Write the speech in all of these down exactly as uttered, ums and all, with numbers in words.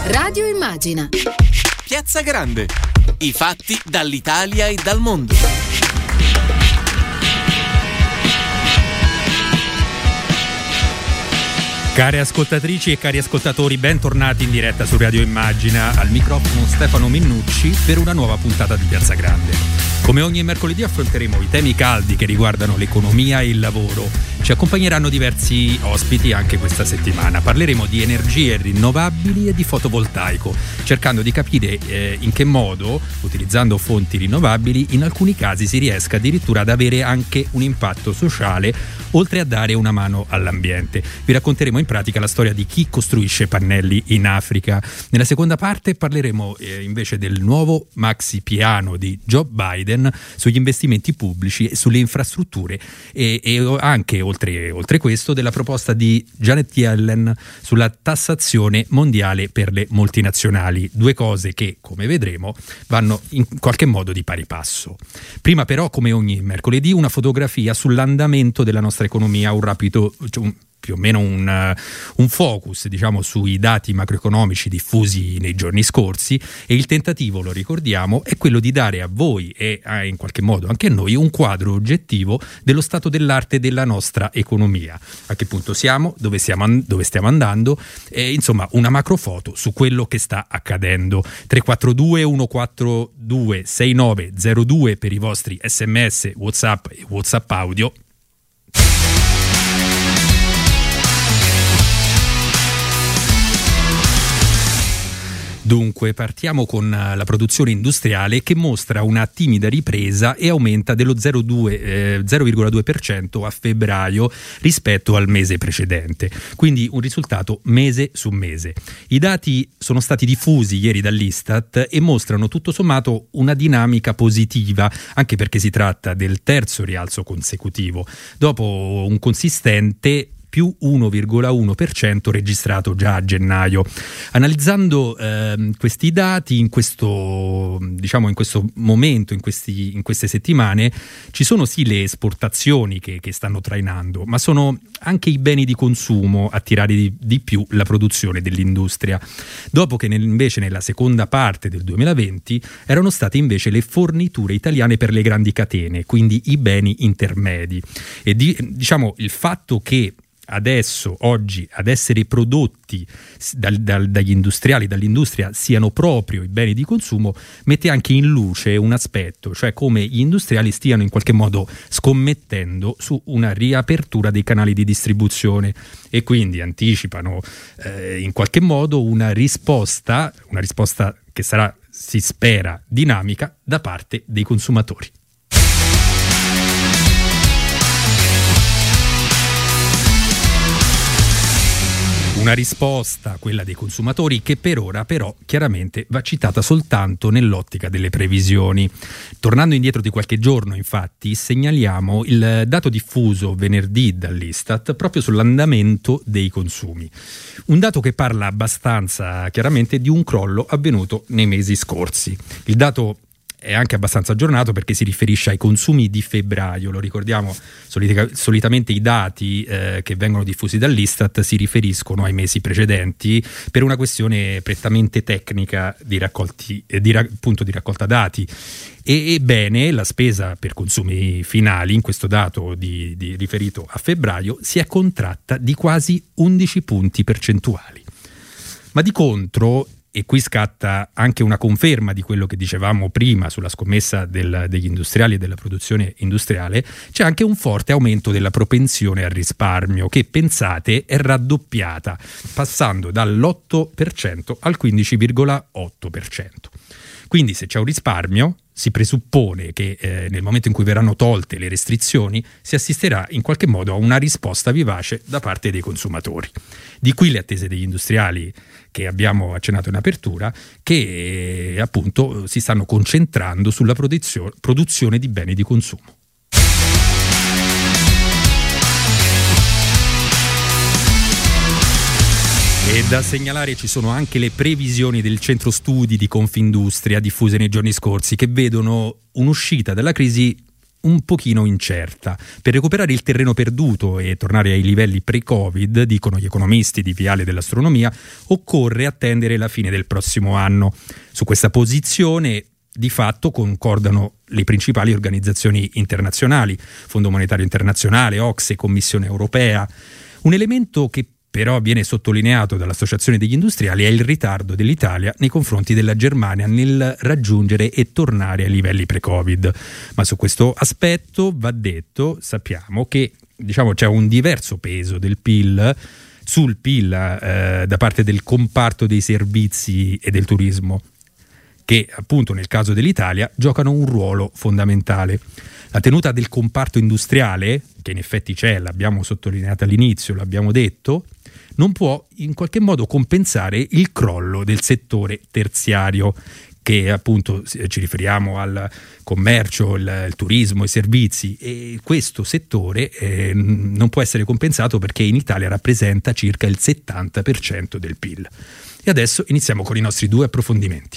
Radio Immagina. Piazza Grande. I fatti dall'Italia e dal mondo. Care ascoltatrici e cari ascoltatori, bentornati in diretta su Radio Immagina. Al microfono Stefano Minnucci per una nuova puntata di Piazza Grande. Come ogni mercoledì affronteremo i temi caldi che riguardano l'economia e il lavoro. Ci accompagneranno diversi ospiti anche questa settimana. Parleremo di energie rinnovabili e di fotovoltaico, cercando di capire eh, in che modo, utilizzando fonti rinnovabili, in alcuni casi si riesca addirittura ad avere anche un impatto sociale, oltre a dare una mano all'ambiente. Vi racconteremo in pratica la storia di chi costruisce pannelli in Africa. Nella seconda parte parleremo eh, invece del nuovo maxi piano di Joe Biden sugli investimenti pubblici e sulle infrastrutture e, e anche oltre, oltre questo della proposta di Janet Yellen sulla tassazione mondiale per le multinazionali, due cose che, come vedremo, vanno in qualche modo di pari passo. Prima però, come ogni mercoledì, una fotografia sull'andamento della nostra economia, un rapido, cioè un, più o meno un, un focus, diciamo, sui dati macroeconomici diffusi nei giorni scorsi, e il tentativo, lo ricordiamo, è quello di dare a voi e a, in qualche modo anche a noi un quadro oggettivo dello stato dell'arte della nostra economia, a che punto siamo, dove, siamo, dove stiamo andando, e insomma una macrofoto su quello che sta accadendo. tre quattro due uno quattro due sei nove zero due per i vostri sms, WhatsApp e WhatsApp audio. Dunque, partiamo con la produzione industriale che mostra una timida ripresa e aumenta dello zero virgola due per cento a febbraio rispetto al mese precedente, quindi un risultato mese su mese. I dati sono stati diffusi ieri dall'Istat e mostrano tutto sommato una dinamica positiva, anche perché si tratta del terzo rialzo consecutivo, dopo un consistente più uno virgola uno per cento registrato già a gennaio. Analizzando eh, questi dati in questo, diciamo, in questo momento, in, questi, in queste settimane, ci sono sì le esportazioni che, che stanno trainando, ma sono anche i beni di consumo a tirare di, di più la produzione dell'industria, dopo che nel, invece nella seconda parte del duemilaventi erano state invece le forniture italiane per le grandi catene, quindi i beni intermedi. E di, diciamo il fatto che adesso, oggi, ad essere prodotti dal, dal, dagli industriali, dall'industria, siano proprio i beni di consumo, mette anche in luce un aspetto, cioè come gli industriali stiano in qualche modo scommettendo su una riapertura dei canali di distribuzione e quindi anticipano eh, in qualche modo una risposta, una risposta che sarà, si spera, dinamica da parte dei consumatori. Una risposta, quella dei consumatori, che per ora però chiaramente va citata soltanto nell'ottica delle previsioni. Tornando indietro di qualche giorno, infatti, segnaliamo il dato diffuso venerdì dall'Istat proprio sull'andamento dei consumi. Un dato che parla abbastanza chiaramente di un crollo avvenuto nei mesi scorsi. Il dato è anche abbastanza aggiornato perché si riferisce ai consumi di febbraio. Lo ricordiamo, solita, solitamente i dati eh, che vengono diffusi dall'Istat si riferiscono ai mesi precedenti per una questione prettamente tecnica di, raccolti, eh, di, appunto, di raccolta dati. E, ebbene, la spesa per consumi finali in questo dato di, di riferito a febbraio si è contratta di quasi undici punti percentuali. Ma di contro, e qui scatta anche una conferma di quello che dicevamo prima sulla scommessa del, degli industriali e della produzione industriale, c'è anche un forte aumento della propensione al risparmio che, pensate, è raddoppiata, passando dall'otto per cento al quindici virgola otto per cento. Quindi se c'è un risparmio, si presuppone che eh, nel momento in cui verranno tolte le restrizioni si assisterà in qualche modo a una risposta vivace da parte dei consumatori. Di qui le attese degli industriali che abbiamo accennato in apertura, che eh, appunto si stanno concentrando sulla produzio- produzione di beni di consumo. E da segnalare ci sono anche le previsioni del centro studi di Confindustria diffuse nei giorni scorsi, che vedono un'uscita dalla crisi un pochino incerta. Per recuperare il terreno perduto e tornare ai livelli pre-Covid, dicono gli economisti di Viale dell'Astronomia, occorre attendere la fine del prossimo anno. Su questa posizione di fatto concordano le principali organizzazioni internazionali, Fondo Monetario Internazionale, OCSE, Commissione Europea. Un elemento che però viene sottolineato dall'Associazione degli Industriali è il ritardo dell'Italia nei confronti della Germania nel raggiungere e tornare ai livelli pre-Covid. Ma su questo aspetto va detto, sappiamo che diciamo c'è un diverso peso del P I L sul P I L eh, da parte del comparto dei servizi e del turismo, che appunto nel caso dell'Italia giocano un ruolo fondamentale. La tenuta del comparto industriale, che in effetti c'è, l'abbiamo sottolineata all'inizio, l'abbiamo detto, non può in qualche modo compensare il crollo del settore terziario, che appunto ci riferiamo al commercio, il, il turismo, i servizi, e questo settore eh, non può essere compensato perché in Italia rappresenta circa il settanta per cento del P I L. E adesso iniziamo con i nostri due approfondimenti.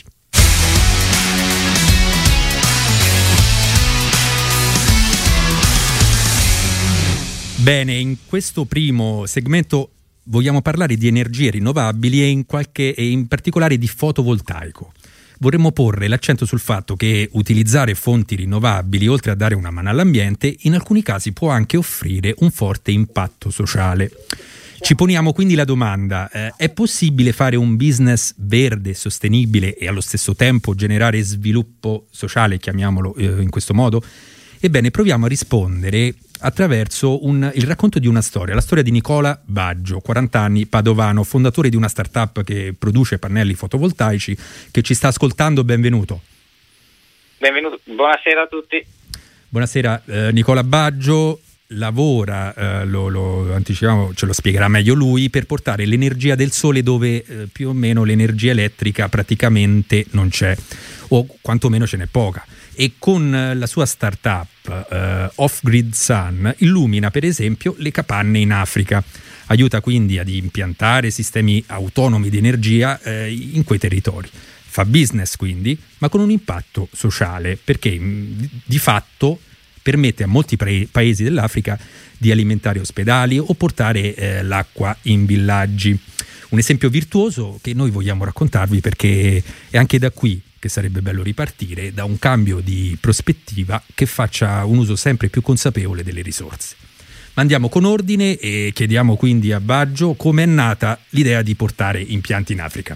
Bene, in questo primo segmento vogliamo parlare di energie rinnovabili e in, qualche, e in particolare di fotovoltaico. Vorremmo porre l'accento sul fatto che utilizzare fonti rinnovabili, oltre a dare una mano all'ambiente, in alcuni casi può anche offrire un forte impatto sociale. Ci poniamo quindi la domanda, eh, è possibile fare un business verde, sostenibile e allo stesso tempo generare sviluppo sociale, chiamiamolo eh, in questo modo? Ebbene, proviamo a rispondere attraverso un, il racconto di una storia, la storia di Nicola Baggio, quaranta anni, padovano, fondatore di una startup che produce pannelli fotovoltaici, che ci sta ascoltando. Benvenuto. Benvenuto, buonasera a tutti. Buonasera, eh, Nicola Baggio lavora, eh, lo, lo anticipavamo, ce lo spiegherà meglio lui, per portare l'energia del sole dove eh, più o meno l'energia elettrica praticamente non c'è, o quantomeno ce n'è poca. E con la sua startup eh, Off-Grid Sun illumina per esempio le capanne in Africa, aiuta quindi ad impiantare sistemi autonomi di energia eh, in quei territori. Fa business quindi, ma con un impatto sociale, perché mh, di fatto permette a molti pre- paesi dell'Africa di alimentare ospedali o portare eh, l'acqua in villaggi. Un esempio virtuoso che noi vogliamo raccontarvi, perché è anche da qui che sarebbe bello ripartire, da un cambio di prospettiva che faccia un uso sempre più consapevole delle risorse. Ma andiamo con ordine e chiediamo quindi a Baggio come è nata l'idea di portare impianti in Africa.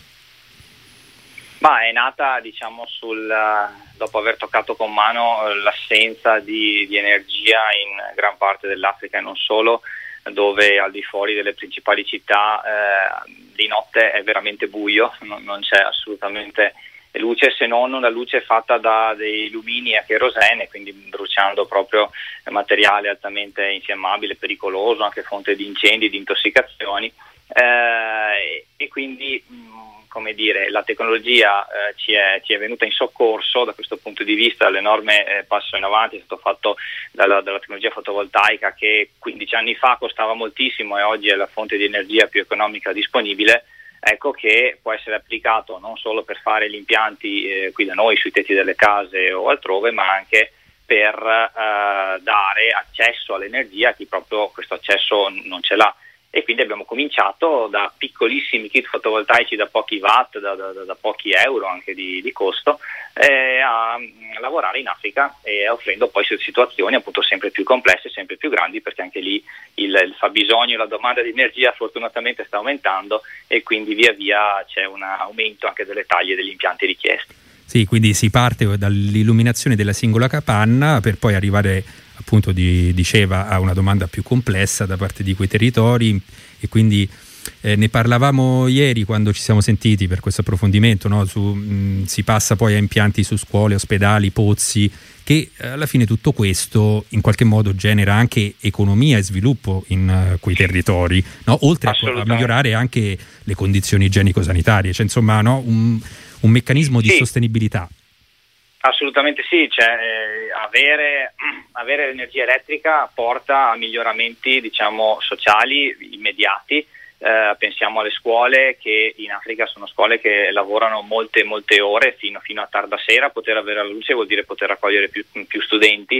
Ma è nata, diciamo, sul dopo aver toccato con mano l'assenza di, di energia in gran parte dell'Africa e non solo, dove al di fuori delle principali città eh, di notte è veramente buio, non, non c'è assolutamente luce, se non una luce fatta da dei lumini a cherosene, quindi bruciando proprio materiale altamente infiammabile, pericoloso, anche fonte di incendi, di intossicazioni, eh, e quindi mh, come dire, la tecnologia eh, ci, è, ci è venuta in soccorso da questo punto di vista. L'enorme eh, passo in avanti è stato fatto dalla, dalla tecnologia fotovoltaica, che quindici anni fa costava moltissimo e oggi è la fonte di energia più economica disponibile. Ecco che può essere applicato non solo per fare gli impianti eh, qui da noi sui tetti delle case o altrove, ma anche per eh, dare accesso all'energia a chi proprio questo accesso non ce l'ha. E quindi abbiamo cominciato da piccolissimi kit fotovoltaici da pochi watt, da, da, da pochi euro anche di, di costo, eh, a, a lavorare in Africa, e offrendo poi situazioni appunto sempre più complesse, sempre più grandi, perché anche lì il, il fabbisogno e la domanda di energia fortunatamente sta aumentando, e quindi via via c'è un aumento anche delle taglie degli impianti richiesti. Sì, quindi si parte dall'illuminazione della singola capanna per poi arrivare, appunto, di, diceva, a una domanda più complessa da parte di quei territori, e quindi eh, ne parlavamo ieri quando ci siamo sentiti per questo approfondimento, no? Su, mh, si passa poi a impianti su scuole, ospedali, pozzi, che eh, alla fine tutto questo in qualche modo genera anche economia e sviluppo in uh, quei territori, no? Oltre a, a migliorare anche le condizioni igienico-sanitarie, cioè insomma, no? un, un meccanismo di sì. sostenibilità. Assolutamente sì, cioè, eh, avere, avere l'energia elettrica porta a miglioramenti, diciamo, sociali immediati. Eh, pensiamo alle scuole, che in Africa sono scuole che lavorano molte molte ore fino, fino a tarda sera. Poter avere la luce vuol dire poter raccogliere più, più studenti,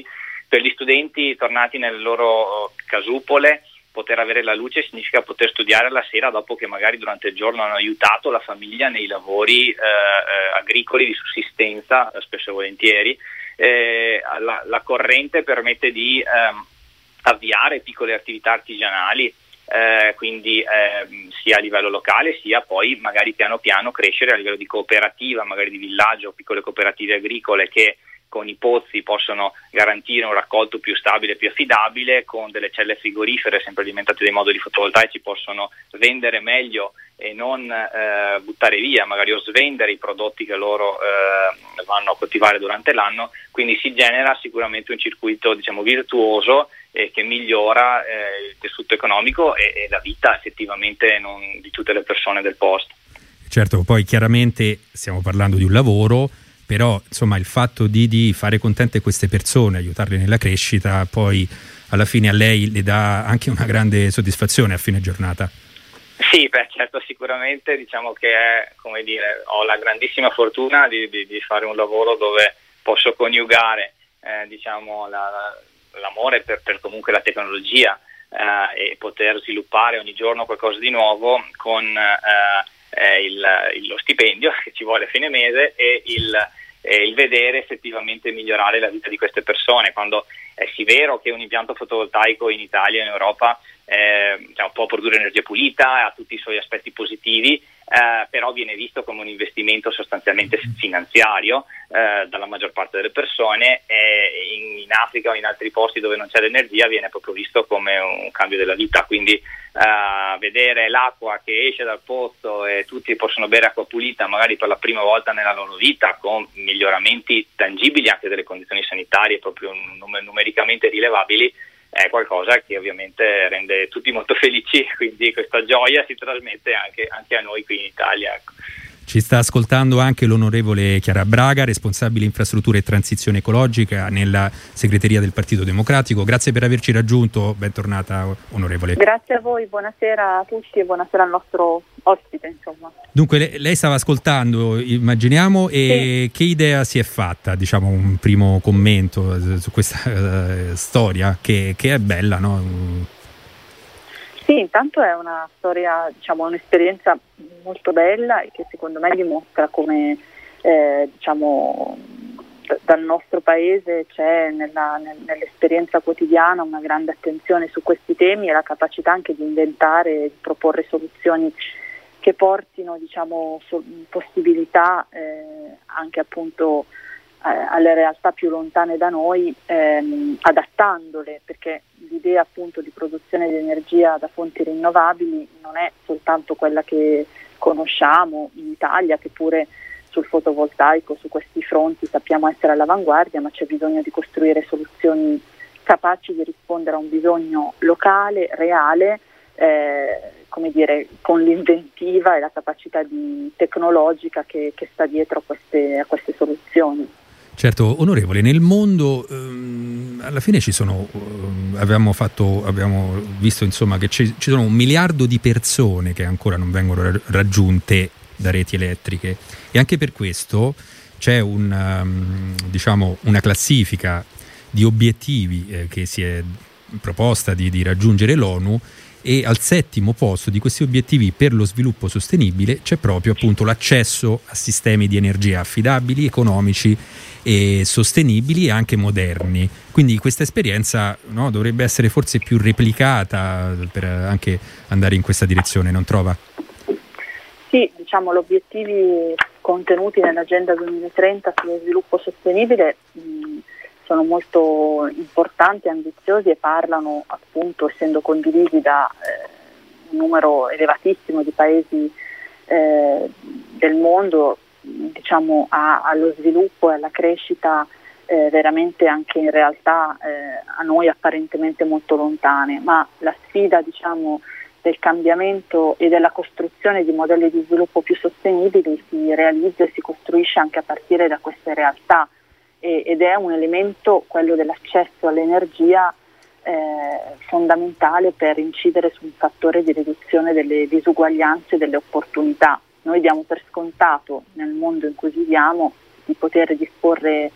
per gli studenti tornati nelle loro casupole, poter avere la luce significa poter studiare la sera dopo che magari durante il giorno hanno aiutato la famiglia nei lavori eh, eh, agricoli di sussistenza, spesso e volentieri. Eh, la, la corrente permette di ehm, avviare piccole attività artigianali, eh, quindi eh, sia a livello locale sia poi magari piano piano crescere a livello di cooperativa, magari di villaggio, piccole cooperative agricole che con i pozzi possono garantire un raccolto più stabile e più affidabile, con delle celle frigorifere sempre alimentate dai moduli fotovoltaici possono vendere meglio e non eh, buttare via, magari o svendere i prodotti che loro eh, vanno a coltivare durante l'anno, quindi si genera sicuramente un circuito, diciamo, virtuoso eh, che migliora eh, il tessuto economico e, e la vita effettivamente non, di tutte le persone del posto. Certo, poi chiaramente stiamo parlando di un lavoro, però insomma il fatto di, di fare contente queste persone, aiutarle nella crescita, poi alla fine a lei le dà anche una grande soddisfazione a fine giornata. Sì, beh, certo, sicuramente diciamo che è, come dire, ho la grandissima fortuna di, di, di fare un lavoro dove posso coniugare eh, diciamo la, la, l'amore per, per comunque la tecnologia eh, e poter sviluppare ogni giorno qualcosa di nuovo con eh, eh, il, il, lo stipendio che ci vuole a fine mese e il, eh, il vedere effettivamente migliorare la vita di queste persone. Quando è sì vero che un impianto fotovoltaico in Italia e in Europa eh, diciamo, può produrre energia pulita, ha tutti i suoi aspetti positivi, eh, però viene visto come un investimento sostanzialmente finanziario eh, dalla maggior parte delle persone, e in, in Africa o in altri posti dove non c'è l'energia viene proprio visto come un cambio della vita. Quindi eh, vedere l'acqua che esce dal pozzo e tutti possono bere acqua pulita magari per la prima volta nella loro vita, con miglioramenti tangibili anche delle condizioni sanitarie proprio numer- numericamente rilevabili, è qualcosa che ovviamente rende tutti molto felici, quindi questa gioia si trasmette anche, anche a noi qui in Italia, ecco. Ci sta ascoltando anche l'onorevole Chiara Braga, responsabile infrastrutture e transizione ecologica nella segreteria del Partito Democratico. Grazie per averci raggiunto, bentornata onorevole. Grazie a voi, buonasera a tutti e buonasera al nostro ospite, insomma. Dunque lei, lei stava ascoltando, immaginiamo, e sì. Che idea si è fatta, diciamo un primo commento su questa uh, storia che, che è bella, no? Sì, intanto è una storia, diciamo un'esperienza molto bella e che secondo me dimostra come eh, diciamo d- dal nostro paese c'è nella, nel, nell'esperienza quotidiana una grande attenzione su questi temi e la capacità anche di inventare e di proporre soluzioni che portino, diciamo, so- possibilità eh, anche appunto eh, alle realtà più lontane da noi, ehm, adattandole, perché l'idea appunto di produzione di energia da fonti rinnovabili non è soltanto quella che conosciamo in Italia, che pure sul fotovoltaico, su questi fronti sappiamo essere all'avanguardia, ma c'è bisogno di costruire soluzioni capaci di rispondere a un bisogno locale, reale, eh, come dire, con l'inventiva e la capacità di tecnologica che, che sta dietro a queste, a queste soluzioni. Certo, onorevole, nel mondo ehm, alla fine ci sono, ehm, abbiamo fatto, abbiamo visto insomma che ci, ci sono un miliardo di persone che ancora non vengono raggiunte da reti elettriche, e anche per questo c'è un, um, diciamo una classifica di obiettivi eh, che si è proposta di, di raggiungere l'ONU, e al settimo posto di questi obiettivi per lo sviluppo sostenibile c'è proprio appunto l'accesso a sistemi di energia affidabili, economici e sostenibili e anche moderni. Quindi questa esperienza, no, dovrebbe essere forse più replicata per anche andare in questa direzione, non trova? Sì, diciamo gli obiettivi contenuti nell'Agenda duemilatrenta sullo sviluppo sostenibile mh, sono molto importanti e ambiziosi e parlano appunto, essendo condivisi da eh, un numero elevatissimo di paesi eh, del mondo, diciamo a, allo sviluppo e alla crescita eh, veramente anche in realtà eh, a noi apparentemente molto lontane, ma la sfida, diciamo, del cambiamento e della costruzione di modelli di sviluppo più sostenibili si realizza e si costruisce anche a partire da queste realtà, e, ed è un elemento, quello dell'accesso all'energia, eh, fondamentale per incidere su un fattore di riduzione delle disuguaglianze e delle opportunità. Noi diamo per scontato nel mondo in cui viviamo di poter disporre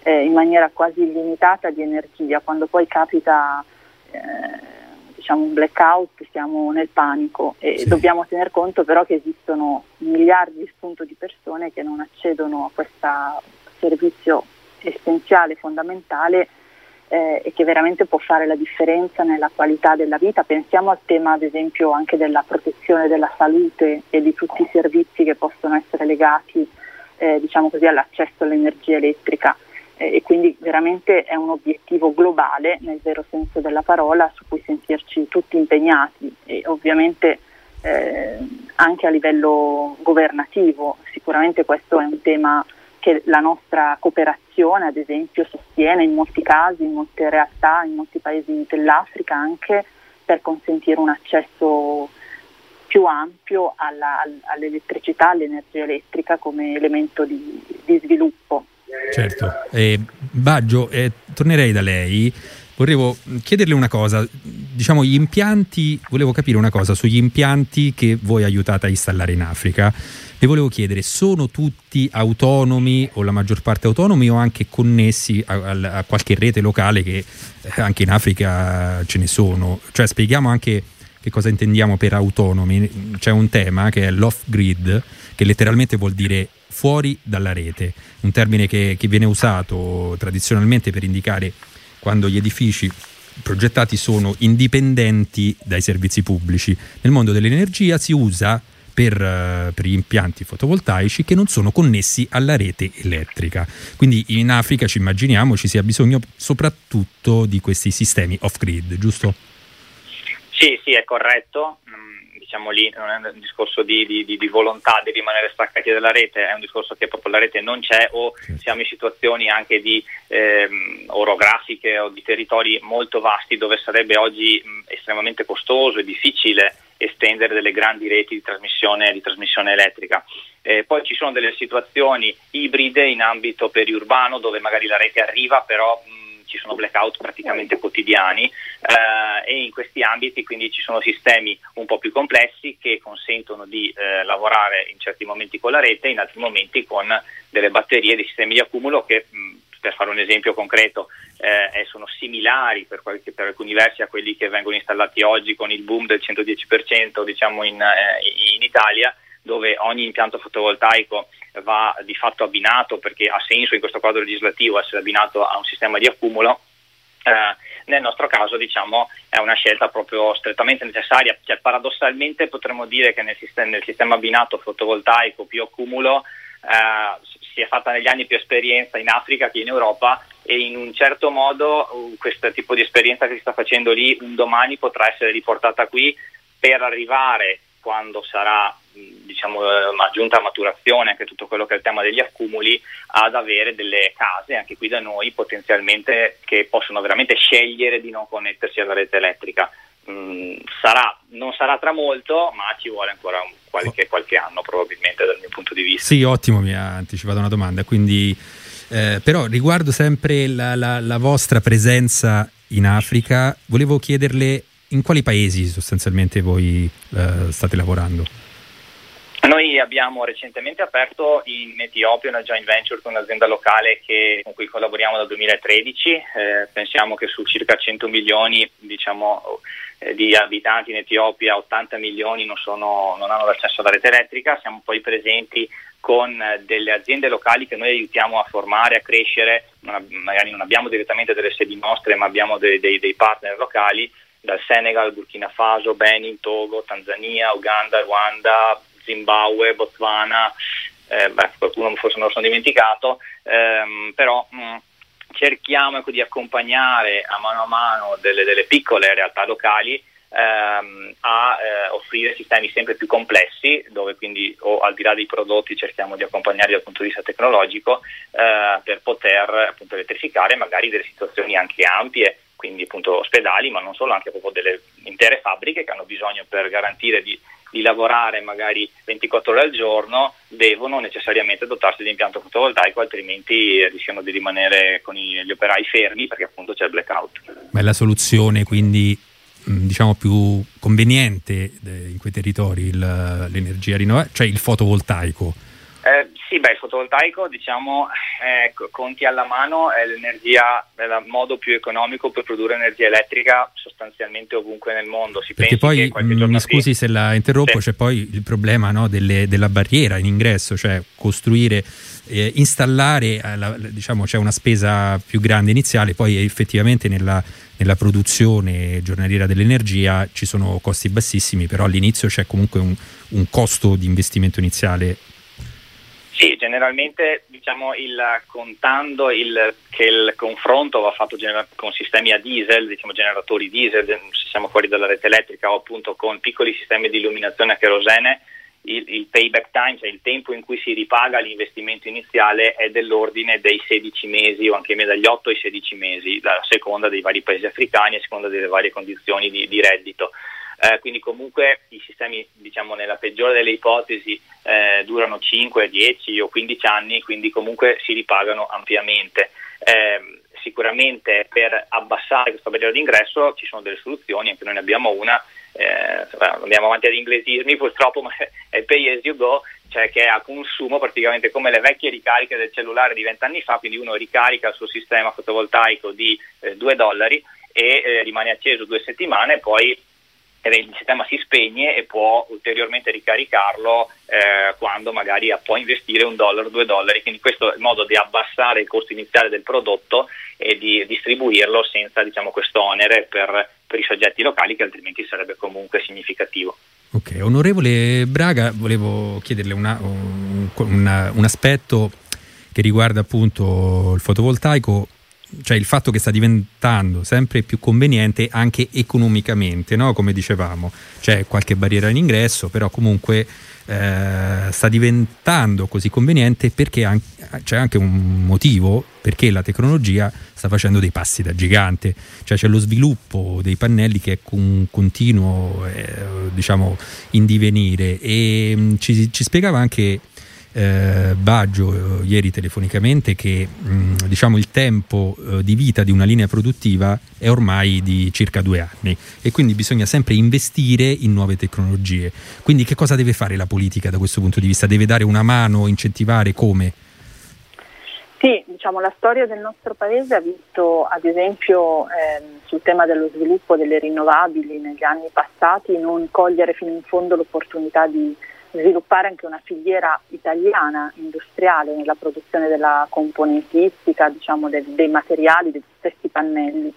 eh, in maniera quasi illimitata di energia. Quando poi capita eh, diciamo un blackout siamo nel panico e sì. Dobbiamo tener conto però che esistono miliardi appunto di persone che non accedono a questo servizio essenziale, fondamentale, eh, e che veramente può fare la differenza nella qualità della vita. Pensiamo al tema ad esempio anche della protezione della salute e di tutti i servizi che possono essere legati eh, diciamo così all'accesso all'energia elettrica, eh, e quindi veramente è un obiettivo globale nel vero senso della parola su cui sentirci tutti impegnati e ovviamente eh, anche a livello governativo. Sicuramente questo è un tema che la nostra cooperazione ad esempio sostiene in molti casi, in molte realtà, in molti paesi dell'Africa anche, per consentire un accesso più ampio alla, all'elettricità, all'energia elettrica come elemento di, di sviluppo. Certo. Eh, Baggio, eh, tornerei da lei. Volevo chiederle una cosa, diciamo gli impianti, volevo capire una cosa sugli impianti che voi aiutate a installare in Africa. Le volevo chiedere, sono tutti autonomi o la maggior parte autonomi o anche connessi a, a, a qualche rete locale che eh, anche in Africa ce ne sono? Cioè spieghiamo anche che cosa intendiamo per autonomi. C'è un tema che è l'off-grid, che letteralmente vuol dire fuori dalla rete, un termine che, che viene usato tradizionalmente per indicare quando gli edifici progettati sono indipendenti dai servizi pubblici. Nel mondo dell'energia si usa per, uh, per gli impianti fotovoltaici che non sono connessi alla rete elettrica. Quindi in Africa ci immaginiamo ci sia bisogno soprattutto di questi sistemi off-grid, giusto? Sì, sì, è corretto. Diciamo lì non è un discorso di, di, di volontà di rimanere staccati dalla rete, è un discorso che proprio la rete non c'è o siamo in situazioni anche di ehm, orografiche o di territori molto vasti dove sarebbe oggi mh, estremamente costoso e difficile estendere delle grandi reti di trasmissione, di trasmissione elettrica. Eh, poi ci sono delle situazioni ibride in ambito periurbano dove magari la rete arriva però mh, ci sono blackout praticamente quotidiani eh, e in questi ambiti quindi ci sono sistemi un po' più complessi che consentono di eh, lavorare in certi momenti con la rete, in altri momenti con delle batterie, dei sistemi di accumulo che mh, per fare un esempio concreto eh, sono similari per, qualche, per alcuni versi a quelli che vengono installati oggi con il boom del centodieci per cento diciamo in, eh, in Italia, dove ogni impianto fotovoltaico va di fatto abbinato, perché ha senso in questo quadro legislativo essere abbinato a un sistema di accumulo. Eh, nel nostro caso diciamo è una scelta proprio strettamente necessaria, cioè paradossalmente potremmo dire che nel sistema, nel sistema abbinato fotovoltaico più accumulo eh, si è fatta negli anni più esperienza in Africa che in Europa e in un certo modo uh, questo tipo di esperienza che si sta facendo lì un domani potrà essere riportata qui per arrivare, quando sarà diciamo aggiunta a maturazione anche tutto quello che è il tema degli accumuli, ad avere delle case anche qui da noi potenzialmente che possono veramente scegliere di non connettersi alla rete elettrica. Mm, sarà, non sarà tra molto, ma ci vuole ancora un, qualche, qualche anno probabilmente dal mio punto di vista. Sì, ottimo, mi ha anticipato una domanda, quindi eh, però riguardo sempre la, la, la vostra presenza in Africa, volevo chiederle in quali paesi sostanzialmente voi eh, state lavorando? Noi abbiamo recentemente aperto in Etiopia una joint venture con un'azienda locale che, con cui collaboriamo dal duemilatredici. Eh, pensiamo che su circa cento milioni diciamo, eh, di abitanti in Etiopia, ottanta milioni non, sono, non hanno l'accesso alla rete elettrica. Siamo poi presenti con delle aziende locali che noi aiutiamo a formare, a crescere. Non, magari non abbiamo direttamente delle sedi nostre, ma abbiamo dei, dei, dei partner locali dal Senegal, Burkina Faso, Benin, Togo, Tanzania, Uganda, Ruanda, Zimbabwe, Botswana, eh, beh, qualcuno forse me lo sono dimenticato, ehm, però mh, cerchiamo ecco, di accompagnare a mano a mano delle, delle piccole realtà locali ehm, a eh, offrire sistemi sempre più complessi, dove quindi o al di là dei prodotti cerchiamo di accompagnarli dal punto di vista tecnologico eh, per poter appunto elettrificare magari delle situazioni anche ampie, quindi appunto ospedali, ma non solo, anche proprio delle intere fabbriche che hanno bisogno per garantire di, di lavorare magari ventiquattro ore al giorno, devono necessariamente dotarsi di impianto fotovoltaico, altrimenti rischiano di rimanere con i, gli operai fermi perché appunto c'è il blackout. Ma è la soluzione quindi diciamo più conveniente in quei territori il, l'energia rinnovabile, cioè il fotovoltaico? Eh, Sì, beh, il fotovoltaico, diciamo, eh, conti alla mano, è l'energia, è il modo più economico per produrre energia elettrica sostanzialmente ovunque nel mondo. Si Perché poi, che mh, mi scusi se la interrompo, sì. C'è poi il problema, no, delle, della barriera in ingresso, cioè costruire, eh, installare, eh, la, diciamo, c'è una spesa più grande iniziale, poi effettivamente nella, nella produzione giornaliera dell'energia ci sono costi bassissimi, però all'inizio c'è comunque un, un costo di investimento iniziale. Sì, generalmente diciamo il, contando il, che il confronto va fatto gener- con sistemi a diesel, diciamo generatori diesel, se siamo fuori dalla rete elettrica, o appunto con piccoli sistemi di illuminazione a kerosene, il, il payback time, cioè il tempo in cui si ripaga l'investimento iniziale, è dell'ordine dei sedici mesi o anche dagli otto ai sedici mesi, a seconda dei vari paesi africani, a seconda delle varie condizioni di, di reddito. Eh, quindi comunque i sistemi, diciamo nella peggiore delle ipotesi, eh, durano cinque, dieci o quindici anni, quindi comunque si ripagano ampiamente. Eh, sicuramente per abbassare questa barriera d'ingresso ci sono delle soluzioni, anche noi ne abbiamo una, eh, andiamo avanti ad inglesismi purtroppo, ma è pay as you go, cioè che è a consumo praticamente come le vecchie ricariche del cellulare di vent'anni fa, quindi uno ricarica il suo sistema fotovoltaico di eh, due dollari e eh, rimane acceso due settimane e poi il sistema si spegne e può ulteriormente ricaricarlo eh, quando magari può investire un dollaro, due dollari, quindi questo è il modo di abbassare il costo iniziale del prodotto e di distribuirlo senza, diciamo, questo onere per, per i soggetti locali, che altrimenti sarebbe comunque significativo. Ok, onorevole Braga, volevo chiederle una, un, una, un aspetto che riguarda appunto il fotovoltaico, cioè il fatto che sta diventando sempre più conveniente anche economicamente, no? Come dicevamo, c'è qualche barriera in ingresso, però comunque eh, sta diventando così conveniente perché anche, c'è anche un motivo, perché la tecnologia sta facendo dei passi da gigante, cioè c'è lo sviluppo dei pannelli che è un continuo, eh, diciamo, in divenire, e mh, ci, ci spiegava anche Eh, Baggio eh, ieri telefonicamente che mh, diciamo il tempo eh, di vita di una linea produttiva è ormai di circa due anni e quindi bisogna sempre investire in nuove tecnologie. Quindi che cosa deve fare la politica da questo punto di vista? Deve dare una mano, incentivare, come? Sì, diciamo la storia del nostro paese ha visto ad esempio ehm, sul tema dello sviluppo delle rinnovabili negli anni passati non cogliere fino in fondo l'opportunità di sviluppare anche una filiera italiana industriale nella produzione della componentistica, diciamo del, dei materiali, degli stessi pannelli.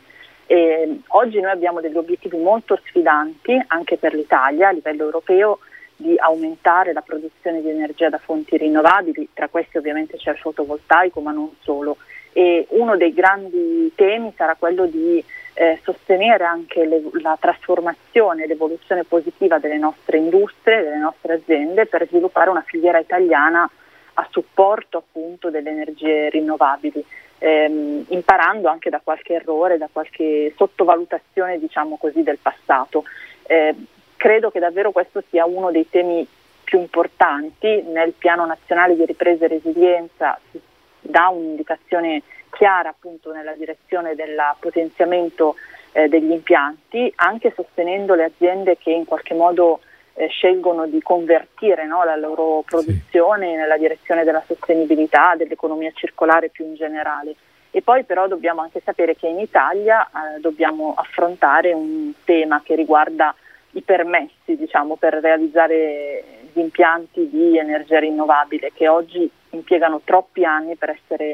E oggi noi abbiamo degli obiettivi molto sfidanti anche per l'Italia a livello europeo di aumentare la produzione di energia da fonti rinnovabili, tra questi ovviamente c'è il fotovoltaico ma non solo, e uno dei grandi temi sarà quello di Eh, sostenere anche le, la trasformazione e l'evoluzione positiva delle nostre industrie, delle nostre aziende, per sviluppare una filiera italiana a supporto appunto delle energie rinnovabili, ehm, imparando anche da qualche errore, da qualche sottovalutazione, diciamo così, del passato. Eh, credo che davvero questo sia uno dei temi più importanti. Nel Piano Nazionale di Ripresa e Resilienza si dà un'indicazione chiara appunto nella direzione del potenziamento eh, degli impianti, anche sostenendo le aziende che in qualche modo eh, scelgono di convertire, no, la loro produzione sì. nella direzione della sostenibilità, dell'economia circolare più in generale. E poi però dobbiamo anche sapere che in Italia eh, dobbiamo affrontare un tema che riguarda i permessi, diciamo, per realizzare gli impianti di energia rinnovabile, che oggi impiegano troppi anni per essere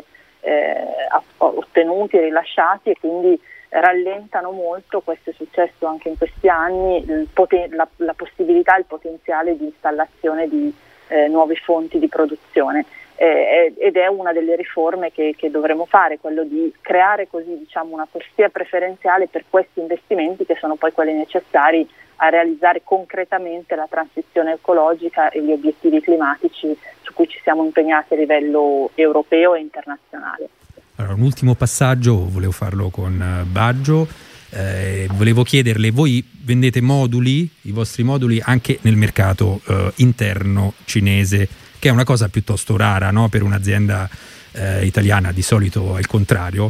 Eh, ottenuti e rilasciati, e quindi rallentano molto. Questo è successo anche in questi anni, il poten- la, la possibilità, il potenziale di installazione di eh, nuove fonti di produzione, eh, ed è una delle riforme che, che dovremo fare, quello di creare così, diciamo, una corsia preferenziale per questi investimenti che sono poi quelli necessari a realizzare concretamente la transizione ecologica e gli obiettivi climatici su cui ci siamo impegnati a livello europeo e internazionale. Allora, un ultimo passaggio, volevo farlo con Baggio, eh, volevo chiederle, voi vendete moduli, i vostri moduli anche nel mercato eh, interno cinese, che è una cosa piuttosto rara, no? Per un'azienda eh, italiana, di solito è il contrario.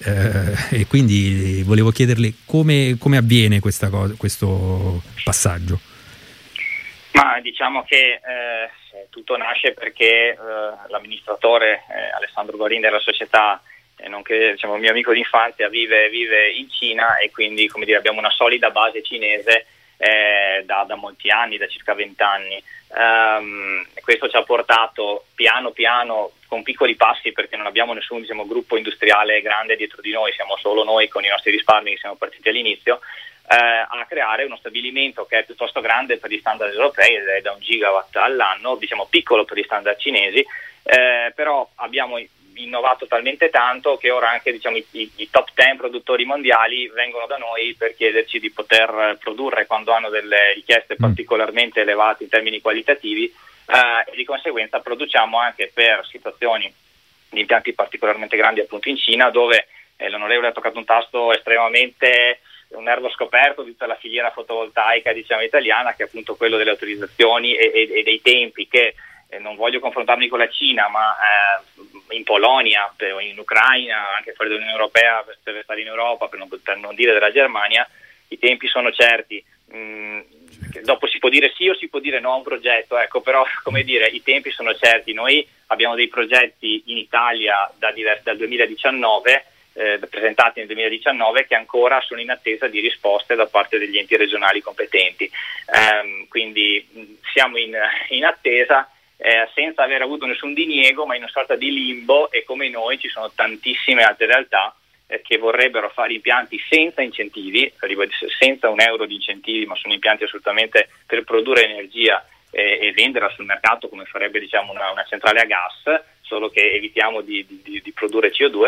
Eh, e quindi volevo chiederle come, come avviene questa cosa, questo passaggio. Ma diciamo che eh, tutto nasce perché eh, l'amministratore eh, Alessandro Gorin della società, eh, nonché diciamo, mio amico d'infanzia, vive, vive in Cina e quindi come dire, abbiamo una solida base cinese eh, da, da molti anni, da circa vent'anni. Um, questo ci ha portato piano piano, con piccoli passi, perché non abbiamo nessun diciamo, gruppo industriale grande dietro di noi, siamo solo noi con i nostri risparmi che siamo partiti all'inizio, Eh, a creare uno stabilimento che è piuttosto grande per gli standard europei, ed è da un gigawatt all'anno, diciamo piccolo per gli standard cinesi, eh, però abbiamo innovato talmente tanto che ora anche diciamo, i, i top dieci produttori mondiali vengono da noi per chiederci di poter produrre quando hanno delle richieste particolarmente elevate in termini qualitativi, eh, e di conseguenza produciamo anche per situazioni di impianti particolarmente grandi appunto in Cina, dove eh, l'onorevole ha toccato un tasto estremamente un nervo scoperto di tutta la filiera fotovoltaica diciamo italiana, che è appunto quello delle autorizzazioni e, e, e dei tempi, che eh, non voglio confrontarmi con la Cina, ma eh, in Polonia, per, in Ucraina, anche fuori dall'Unione Europea, per, per stare in Europa, per non, per non dire della Germania, i tempi sono certi. Mm, dopo si può dire sì o si può dire no a un progetto, ecco, però come dire, i tempi sono certi. Noi abbiamo dei progetti in Italia da diversi, dal duemiladiciannove, Eh, presentati nel duemiladiciannove, che ancora sono in attesa di risposte da parte degli enti regionali competenti, ehm, quindi mh, siamo in, in attesa eh, senza aver avuto nessun diniego, ma in una sorta di limbo, e come noi ci sono tantissime altre realtà eh, che vorrebbero fare impianti senza incentivi, senza un euro di incentivi, ma sono impianti assolutamente per produrre energia eh, e venderla sul mercato come farebbe diciamo una, una centrale a gas, solo che evitiamo di, di, di produrre C O due,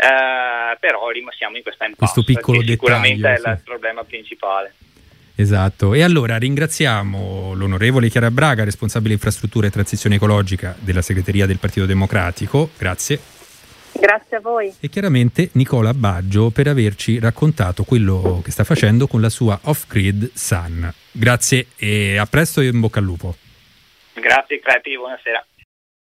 eh, però siamo in questa impasse, questo piccolo che sicuramente dettaglio, è il sì. problema principale. Esatto, e allora ringraziamo l'onorevole Chiara Braga, responsabile infrastrutture e transizione ecologica della segreteria del Partito Democratico, grazie. Grazie a voi. E chiaramente Nicola Baggio per averci raccontato quello che sta facendo con la sua off-grid Sun. Grazie e a presto e in bocca al lupo. Grazie Crepi, buonasera.